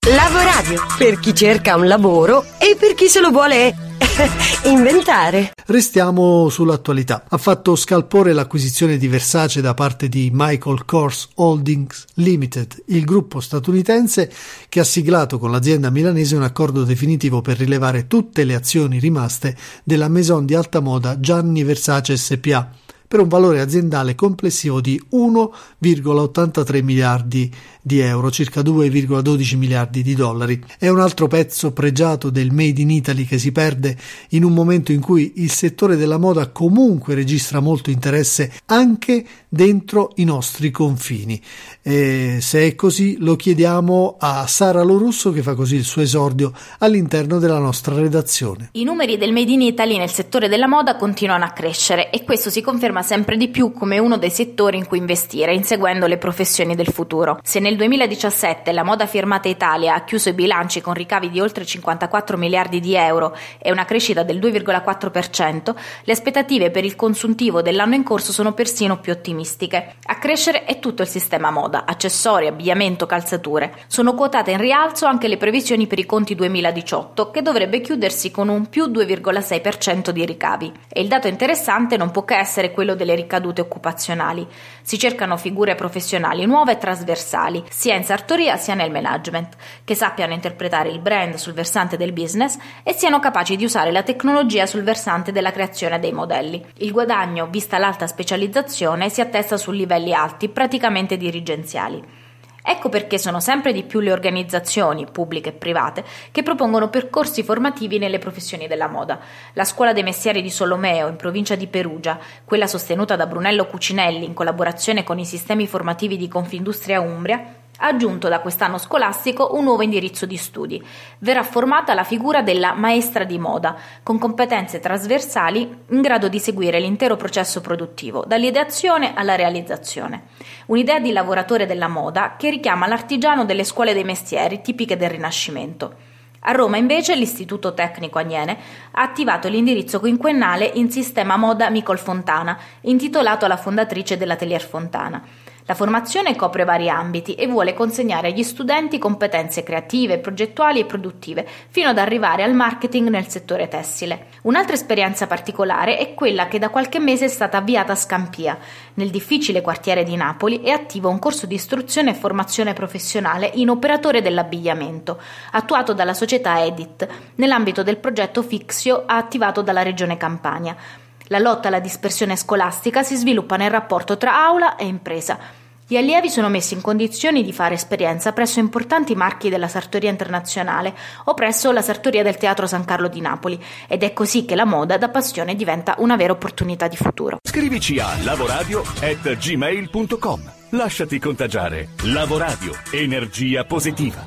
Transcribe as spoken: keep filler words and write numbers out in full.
Lavoradio, per chi cerca un lavoro e per chi se lo vuole inventare. Restiamo sull'attualità. Ha fatto scalpore l'acquisizione di Versace da parte di Michael Kors Holdings Limited, il gruppo statunitense che ha siglato con l'azienda milanese un accordo definitivo per rilevare tutte le azioni rimaste della maison di alta moda Gianni Versace S P A, per un valore aziendale complessivo di uno virgola ottantatré miliardi di euro, circa due virgola dodici miliardi di dollari. È un altro pezzo pregiato del Made in Italy che si perde in un momento in cui il settore della moda comunque registra molto interesse anche dentro i nostri confini. E se è così lo chiediamo a Sara Lorusso, che fa così il suo esordio all'interno della nostra redazione. I numeri del Made in Italy nel settore della moda continuano a crescere e questo si conferma sempre di più come uno dei settori in cui investire, inseguendo le professioni del futuro. Se nel duemiladiciassette la Moda Firmata Italia ha chiuso i bilanci con ricavi di oltre cinquantaquattro miliardi di euro e una crescita del due virgola quattro per cento, le aspettative per il consuntivo dell'anno in corso sono persino più ottimistiche. A crescere è tutto il sistema moda, accessori, abbigliamento, calzature. Sono quotate in rialzo anche le previsioni per i conti duemiladiciotto, che dovrebbe chiudersi con un più due virgola sei per cento di ricavi. E il dato interessante non può che essere quello delle ricadute occupazionali. Si cercano figure professionali nuove e trasversali, sia in sartoria sia nel management, che sappiano interpretare il brand sul versante del business e siano capaci di usare la tecnologia sul versante della creazione dei modelli. Il guadagno, vista l'alta specializzazione, si attesta su livelli alti, praticamente dirigenziali. Ecco perché sono sempre di più le organizzazioni, pubbliche e private, che propongono percorsi formativi nelle professioni della moda. La Scuola dei Mestieri di Solomeo, in provincia di Perugia, quella sostenuta da Brunello Cucinelli in collaborazione con i sistemi formativi di Confindustria Umbria, ha aggiunto da quest'anno scolastico un nuovo indirizzo di studi. Verrà formata la figura della maestra di moda, con competenze trasversali in grado di seguire l'intero processo produttivo, dall'ideazione alla realizzazione. Un'idea di lavoratore della moda che richiama l'artigiano delle scuole dei mestieri tipiche del Rinascimento. A Roma, invece, l'Istituto Tecnico Aniene ha attivato l'indirizzo quinquennale in sistema moda Micol Fontana, intitolato alla fondatrice dell'Atelier Fontana. La formazione copre vari ambiti e vuole consegnare agli studenti competenze creative, progettuali e produttive, fino ad arrivare al marketing nel settore tessile. Un'altra esperienza particolare è quella che da qualche mese è stata avviata a Scampia. Nel difficile quartiere di Napoli è attivo un corso di istruzione e formazione professionale in operatore dell'abbigliamento, attuato dalla società Edit, nell'ambito del progetto Fixio attivato dalla Regione Campania. La lotta alla dispersione scolastica si sviluppa nel rapporto tra aula e impresa. Gli allievi sono messi in condizioni di fare esperienza presso importanti marchi della sartoria internazionale o presso la sartoria del Teatro San Carlo di Napoli, ed è così che la moda da passione diventa una vera opportunità di futuro. Scrivici a lavoradio chiocciola gmail punto com. Lasciati contagiare. Lavoradio, energia positiva.